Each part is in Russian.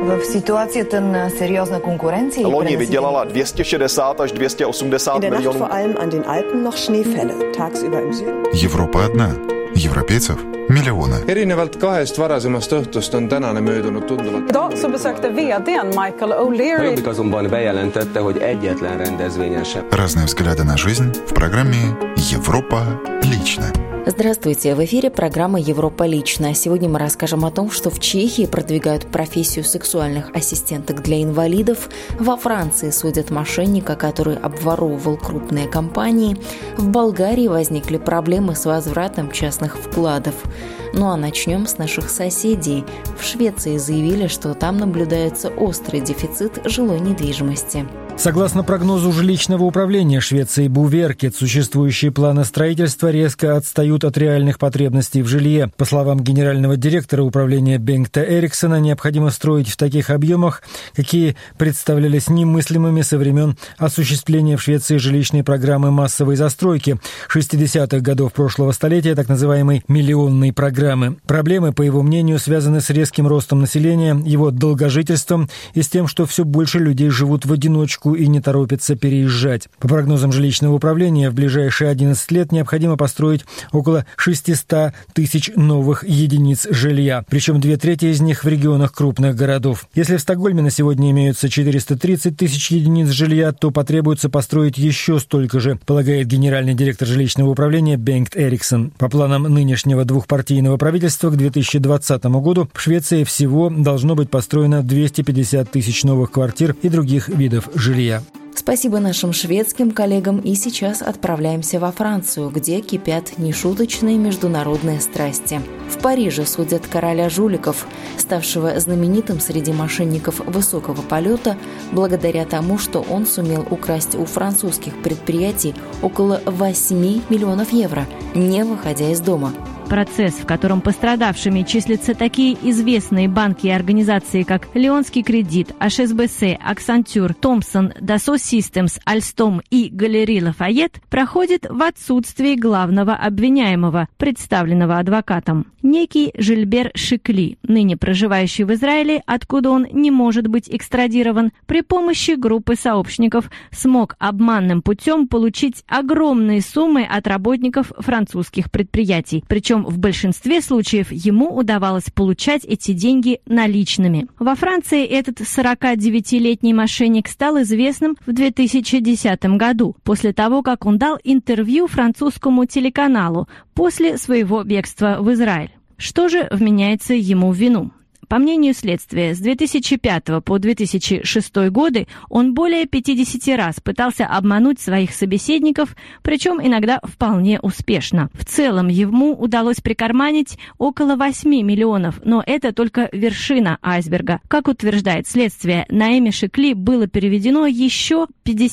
В ситуации серьезной конкуренции. Loni vydělala 260 až 280 milionů. Vor allem an den Alpen noch Schneefälle, tagsüber im Süden. Европа одна. Европейцев миллионы. Erinevalt kahest varasemast õhtust on tänane möödunud tunduvalt. Idag så besökte VD:n Michael O'Leary. Jobbik azonban bejelentette, hogy egyetlen rendezvényen sem. Разные взгляды на жизнь в программе «Европа лично». Здравствуйте, в эфире программа «Европа лично». Сегодня мы расскажем о том, что в Чехии продвигают профессию сексуальных ассистенток для инвалидов, во Франции судят мошенника, который обворовывал крупные компании, в Болгарии возникли проблемы с возвратом частных вкладов. Ну а начнем с наших соседей. В Швеции заявили, что там наблюдается острый дефицит жилой недвижимости. Согласно прогнозу жилищного управления Швеции Буверкет, существующие планы строительства резко отстают от реальных потребностей в жилье. По словам генерального директора управления Бенгта Эриксона, необходимо строить в таких объемах, какие представлялись немыслимыми со времен осуществления в Швеции жилищной программы массовой застройки 60-х годов прошлого столетия, так называемой миллионной программы. Проблемы, по его мнению, связаны с резким ростом населения, его долгожительством и с тем, что все больше людей живут в одиночку и не торопятся переезжать. По прогнозам жилищного управления, в ближайшие 11 лет необходимо построить около 600 тысяч новых единиц жилья, причем 2/3 из них в регионах крупных городов. Если в Стокгольме на сегодня имеются 430 тысяч единиц жилья, то потребуется построить еще столько же, полагает генеральный директор жилищного управления Бенгт Эриксон. По планам нынешнего двухпартийного правительства к 2020 году в Швеции всего должно быть построено 250 тысяч новых квартир и других видов жилья. Спасибо нашим шведским коллегам, и сейчас отправляемся во Францию, где кипят нешуточные международные страсти. В Париже судят короля жуликов, ставшего знаменитым среди мошенников высокого полета, благодаря тому, что он сумел украсть у французских предприятий около 8 миллионов евро, не выходя из дома. Процесс, в котором пострадавшими числятся такие известные банки и организации, как Леонский кредит, HSBC, Accenture, Thomson, Dassault Systems, Alstom и Галерии Лафайет, проходит в отсутствии главного обвиняемого, представленного адвокатом. Некий Жильбер Шикли, ныне проживающий в Израиле, откуда он не может быть экстрадирован, при помощи группы сообщников смог обманным путем получить огромные суммы от работников французских предприятий, причем в большинстве случаев ему удавалось получать эти деньги наличными. Во Франции этот 49-летний мошенник стал известным в 2010 году, после того, как он дал интервью французскому телеканалу после своего бегства в Израиль. Что же вменяется ему в вину? По мнению следствия, с 2005 по 2006 годы он более 50 раз пытался обмануть своих собеседников, причем иногда вполне успешно. В целом ему удалось прикарманить около 8 миллионов, но это только вершина айсберга. Как утверждает следствие, на имя Шикли было переведено еще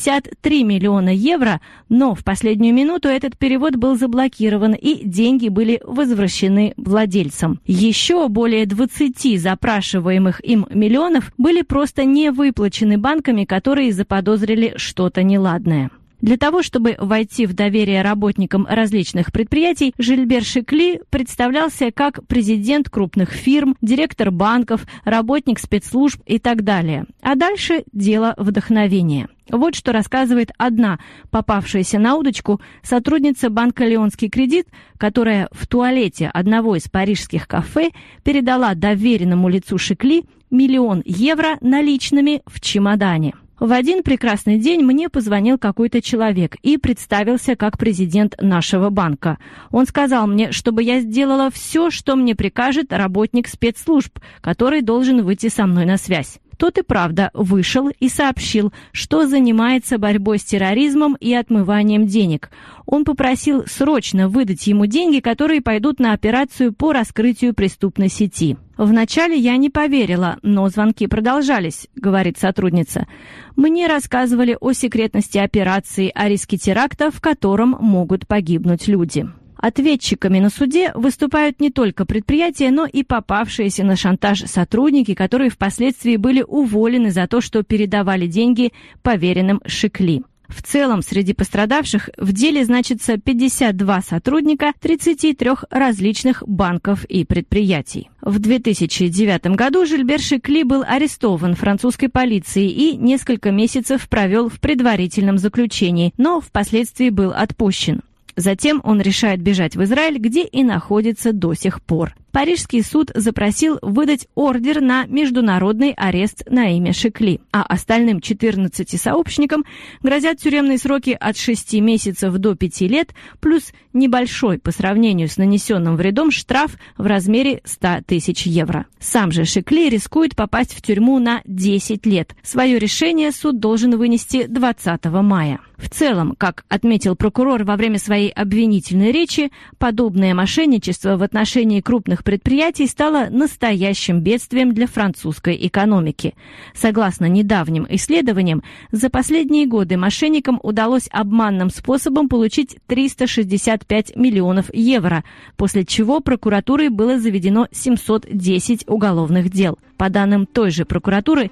53 миллиона евро, но в последнюю минуту этот перевод был заблокирован и деньги были возвращены владельцам. Еще более 20 запрашиваемых им миллионов были просто не выплачены банками, которые заподозрили что-то неладное. Для того, чтобы войти в доверие работникам различных предприятий, Жильбер Шикли представлялся как президент крупных фирм, директор банков, работник спецслужб и так далее. А дальше дело вдохновения. Вот что рассказывает одна попавшаяся на удочку сотрудница банка «Леонский кредит», которая в туалете одного из парижских кафе передала доверенному лицу Шикли 1 000 000 евро наличными в чемодане. В один прекрасный день мне позвонил какой-то человек и представился как президент нашего банка. Он сказал мне, чтобы я сделала все, что мне прикажет работник спецслужб, который должен выйти со мной на связь. Тот и правда вышел и сообщил, что занимается борьбой с терроризмом и отмыванием денег. Он попросил срочно выдать ему деньги, которые пойдут на операцию по раскрытию преступной сети. «Вначале я не поверила, но звонки продолжались», — говорит сотрудница. «Мне рассказывали о секретности операции, о риске теракта, в котором могут погибнуть люди». Ответчиками на суде выступают не только предприятия, но и попавшиеся на шантаж сотрудники, которые впоследствии были уволены за то, что передавали деньги поверенным Шикли. В целом, среди пострадавших в деле значится 52 сотрудника 33 различных банков и предприятий. В 2009 году Жильбер Шикли был арестован французской полицией и несколько месяцев провел в предварительном заключении, но впоследствии был отпущен. Затем он решает бежать в Израиль, где и находится до сих пор. Парижский суд запросил выдать ордер на международный арест на имя Шикли, а остальным 14 сообщникам грозят тюремные сроки от 6 месяцев до 5 лет, плюс небольшой по сравнению с нанесенным вредом штраф в размере 100 тысяч евро. Сам же Шикли рискует попасть в тюрьму на 10 лет. Свое решение суд должен вынести 20 мая. В целом, как отметил прокурор во время своей обвинительной речи, подобное мошенничество в отношении крупных предприятий стало настоящим бедствием для французской экономики. Согласно недавним исследованиям, за последние годы мошенникам удалось обманным способом получить 365 миллионов евро, после чего прокуратурой было заведено 710 уголовных дел. По данным той же прокуратуры,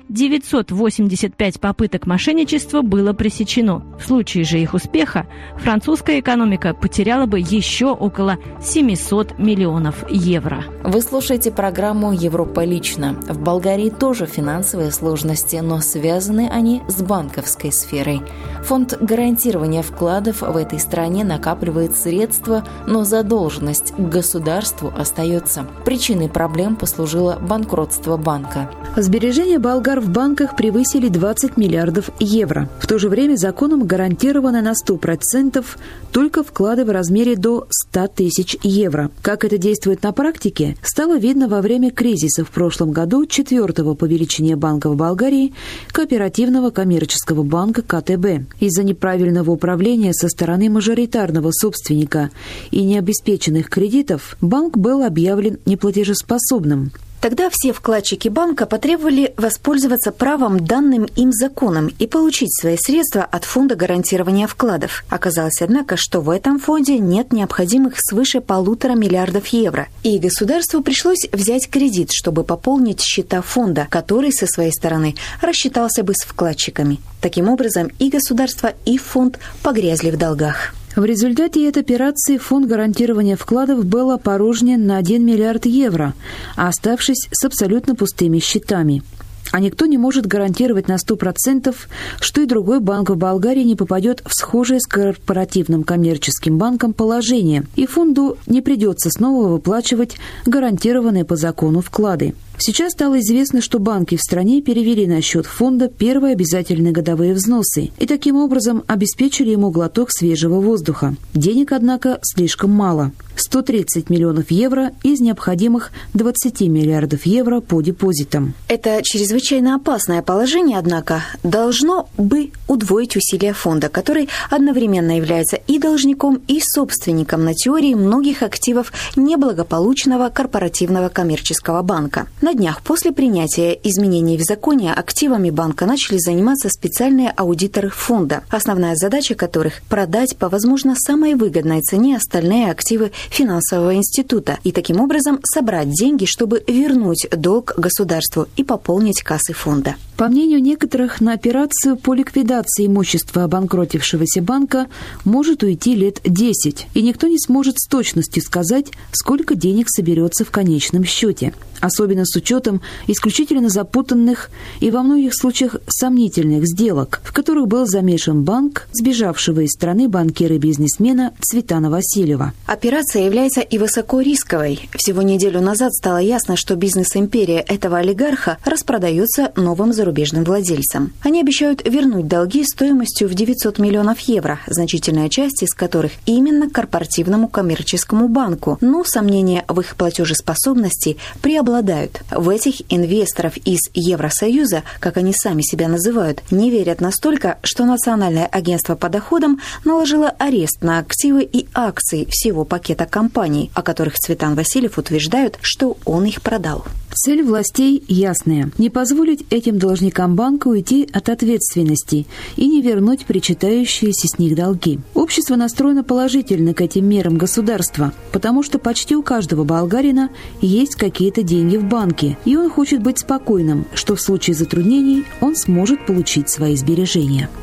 985 попыток мошенничества было пресечено. В случае же их успеха французская экономика потеряла бы еще около 700 миллионов евро. Вы слушаете программу «Европа лично». В Болгарии тоже финансовые сложности, но связаны они с банковской сферой. Фонд гарантирования вкладов в этой стране накапливает средства, но задолженность к государству остается. Причиной проблем послужило банкротство банка. Сбережения болгар в банках превысили 20 миллиардов евро. В то же время законом гарантировано на 100% только вклады в размере до 100 тысяч евро. Как это действует на практике, стало видно во время кризиса в прошлом году 4-го по величине банка в Болгарии, Кооперативного коммерческого банка КТБ. Из-за неправильного управления со стороны мажоритарного собственника и необеспеченных кредитов банк был объявлен неплатежеспособным. Тогда все вкладчики банка потребовали воспользоваться правом, данным им законом, и получить свои средства от фонда гарантирования вкладов. Оказалось, однако, что в этом фонде нет необходимых свыше 1,5 миллиарда евро, и государству пришлось взять кредит, чтобы пополнить счета фонда, который со своей стороны рассчитался бы с вкладчиками. Таким образом, и государство, и фонд погрязли в долгах. В результате этой операции фонд гарантирования вкладов был опорожнен на 1 миллиард евро, оставшись с абсолютно пустыми счетами. А никто не может гарантировать на 100%, что и другой банк в Болгарии не попадет в схожее с корпоративным коммерческим банком положение, и фонду не придется снова выплачивать гарантированные по закону вклады. Сейчас стало известно, что банки в стране перевели на счет фонда первые обязательные годовые взносы и таким образом обеспечили ему глоток свежего воздуха. Денег, однако, слишком мало. 130 миллионов евро из необходимых 20 миллиардов евро по депозитам. Это чрезвычайно опасное положение, однако, должно бы удвоить усилия фонда, который одновременно является и должником, и собственником на теории многих активов неблагополучного корпоративного коммерческого банка. На днях после принятия изменений в законе активами банка начали заниматься специальные аудиторы фонда, основная задача которых – продать по, возможно, самой выгодной цене остальные активы финансового института и таким образом собрать деньги, чтобы вернуть долг государству и пополнить кассы фонда. По мнению некоторых, на операцию по ликвидации имущества обанкротившегося банка может уйти лет 10, и никто не сможет с точностью сказать, сколько денег соберется в конечном счете. Особенно с учетом исключительно запутанных и во многих случаях сомнительных сделок, в которых был замешан банк сбежавшего из страны банкира и бизнесмена Цветана Васильева. Операция является и высокорисковой. Всего неделю назад стало ясно, что бизнес-империя этого олигарха распродается новым зарубежным владельцам. Они обещают вернуть долги стоимостью в 900 миллионов евро, значительная часть из которых именно корпоративному коммерческому банку, но сомнения в их платежеспособности преобладают. В этих инвесторов из Евросоюза, как они сами себя называют, не верят настолько, что Национальное агентство по доходам наложило арест на активы и акции всего пакета компаний, о которых Цветан Васильев утверждает, что он их продал. Цель властей ясная – не позволить этим должникам банка уйти от ответственности и не вернуть причитающиеся с них долги. Общество настроено положительно к этим мерам государства, потому что почти у каждого болгарина есть какие-то деньги в банке, и он хочет быть спокойным, что в случае затруднений он сможет получить свои сбережения.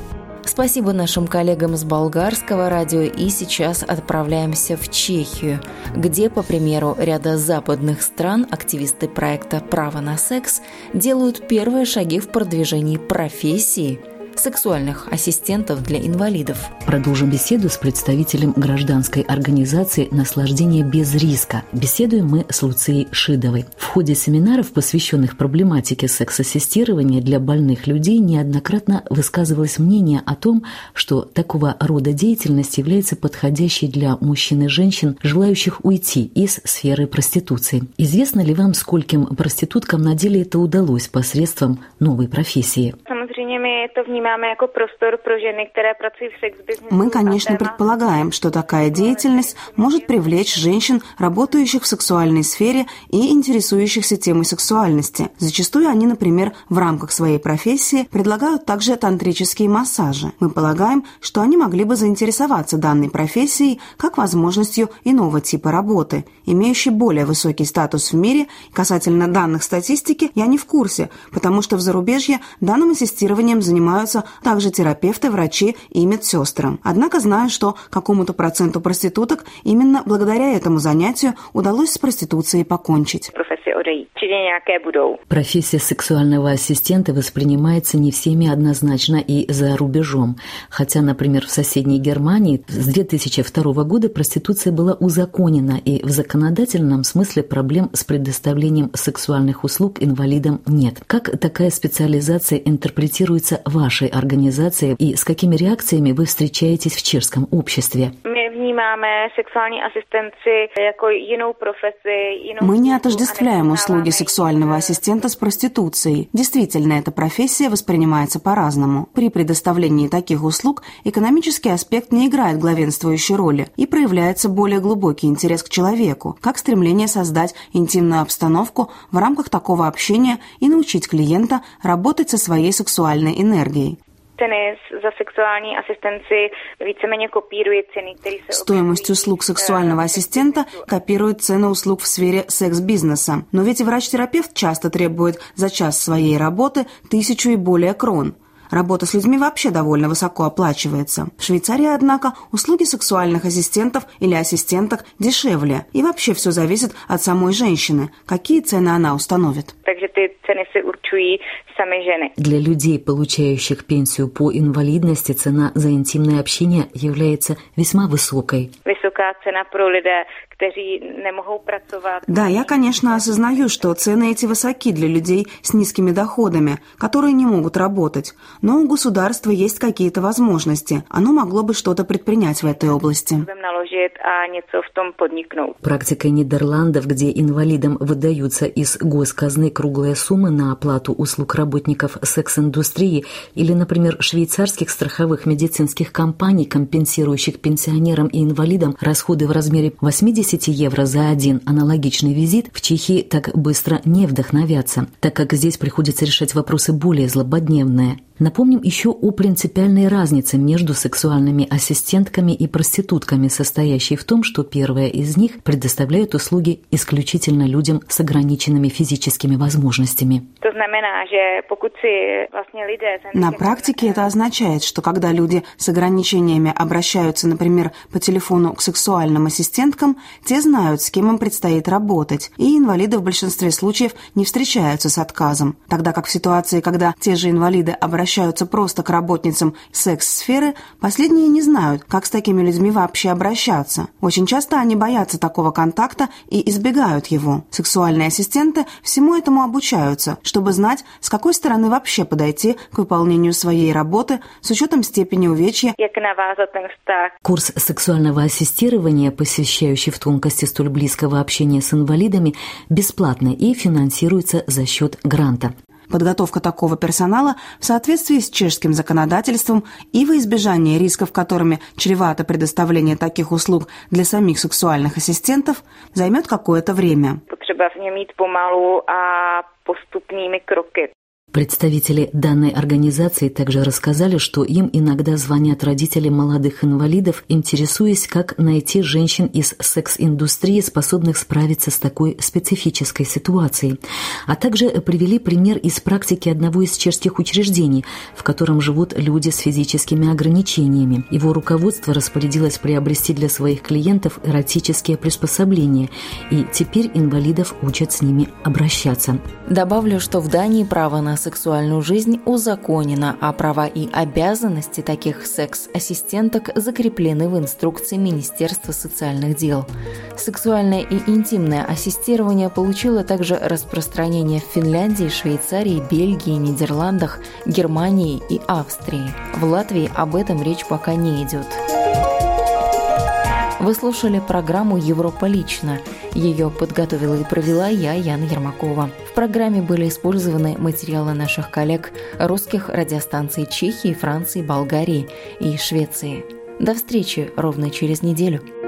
Спасибо нашим коллегам с болгарского радио, и сейчас отправляемся в Чехию, где, по примеру ряда западных стран, активисты проекта «Право на секс» делают первые шаги в продвижении профессии сексуальных ассистентов для инвалидов. Продолжим беседу с представителем гражданской организации «Наслаждение без риска». Беседуем мы с Луцией Шидовой. В ходе семинаров, посвященных проблематике секс-ассистирования для больных людей, неоднократно высказывалось мнение о том, что такого рода деятельность является подходящей для мужчин и женщин, желающих уйти из сферы проституции. Известно ли вам, скольким проституткам на деле это удалось посредством новой профессии? Мы, конечно, предполагаем, что такая деятельность может привлечь женщин, работающих в сексуальной сфере и интересующихся темой сексуальности. Зачастую они, например, в рамках своей профессии предлагают также тантрические массажи. Мы полагаем, что они могли бы заинтересоваться данной профессией как возможностью иного типа работы, имеющей более высокий статус в мире. Касательно данных статистики я не в курсе, потому что в зарубежье данным ассистированием занимаются также терапевты, врачи и медсестры. Однако знаю, что какому-то проценту проституток именно благодаря этому занятию удалось с проституцией покончить. Профессия сексуального ассистента воспринимается не всеми однозначно и за рубежом. Хотя, например, в соседней Германии с 2002 года проституция была узаконена, и в законодательном смысле проблем с предоставлением сексуальных услуг инвалидам нет. Как такая специализация интерпретируется вашей организацией и с какими реакциями вы встречаетесь в чешском обществе? Мы не отождествляем услуги сексуального ассистента с проституцией. Действительно, эта профессия воспринимается по-разному. При предоставлении таких услуг экономический аспект не играет главенствующей роли, и проявляется более глубокий интерес к человеку, как стремление создать интимную обстановку в рамках такого общения и научить клиента работать со своей сексуальной энергией. Стоимость услуг сексуального ассистента копирует цены услуг в сфере секс-бизнеса. Но ведь врач-терапевт часто требует за час своей работы 1000 и более крон. Работа с людьми вообще довольно высоко оплачивается. В Швейцарии, однако, услуги сексуальных ассистентов или ассистенток дешевле. И вообще все зависит от самой женщины, какие цены она установит. Для людей, получающих пенсию по инвалидности, цена за интимное общение является весьма высокой. Да, я, конечно, осознаю, что цены эти высоки для людей с низкими доходами, которые не могут работать. Но у государства есть какие-то возможности. Оно могло бы что-то предпринять в этой области. Практикой Нидерландов, где инвалидам выдаются из госказны круглые суммы на оплату услуг работников секс-индустрии, или, например, швейцарских страховых медицинских компаний, компенсирующих пенсионерам и инвалидам расходы в размере 80 евро за один аналогичный визит, в Чехии так быстро не вдохновятся, так как здесь приходится решать вопросы более злободневные. Напомним еще о принципиальной разнице между сексуальными ассистентками и проститутками, состоящей в том, что первая из них предоставляет услуги исключительно людям с ограниченными физическими возможностями. На практике это означает, что когда люди с ограничениями обращаются, например, по телефону к сексуальным ассистенткам, те знают, с кем им предстоит работать, и инвалиды в большинстве случаев не встречаются с отказом. Тогда как в ситуации, когда те же инвалиды обращаются просто к работницам секс-сферы, последние не знают, как с такими людьми вообще обращаться. Очень часто они боятся такого контакта и избегают его. Сексуальные ассистенты всему этому обучаются, чтобы знать, с какой стороны вообще подойти к выполнению своей работы с учетом степени увечья. Курс сексуального ассистирования, посвящающий в тонкости столь близкого общения с инвалидами, бесплатный и финансируется за счет гранта. Подготовка такого персонала в соответствии с чешским законодательством и во избежание рисков, которыми чревато предоставление таких услуг для самих сексуальных ассистентов, займет какое-то время. Представители данной организации также рассказали, что им иногда звонят родители молодых инвалидов, интересуясь, как найти женщин из секс-индустрии, способных справиться с такой специфической ситуацией. А также привели пример из практики одного из чешских учреждений, в котором живут люди с физическими ограничениями. Его руководство распорядилось приобрести для своих клиентов эротические приспособления, и теперь инвалидов учат с ними обращаться. Добавлю, что в Дании право на сексуальную жизнь узаконено, а права и обязанности таких секс-ассистенток закреплены в инструкции Министерства социальных дел. Сексуальное и интимное ассистирование получило также распространение в Финляндии, Швейцарии, Бельгии, Нидерландах, Германии и Австрии. В Латвии об этом речь пока не идет. Вы слушали программу «Европа лично». Ее подготовила и провела я, Яна Ермакова. В программе были использованы материалы наших коллег русских радиостанций Чехии, Франции, Болгарии и Швеции. До встречи ровно через неделю.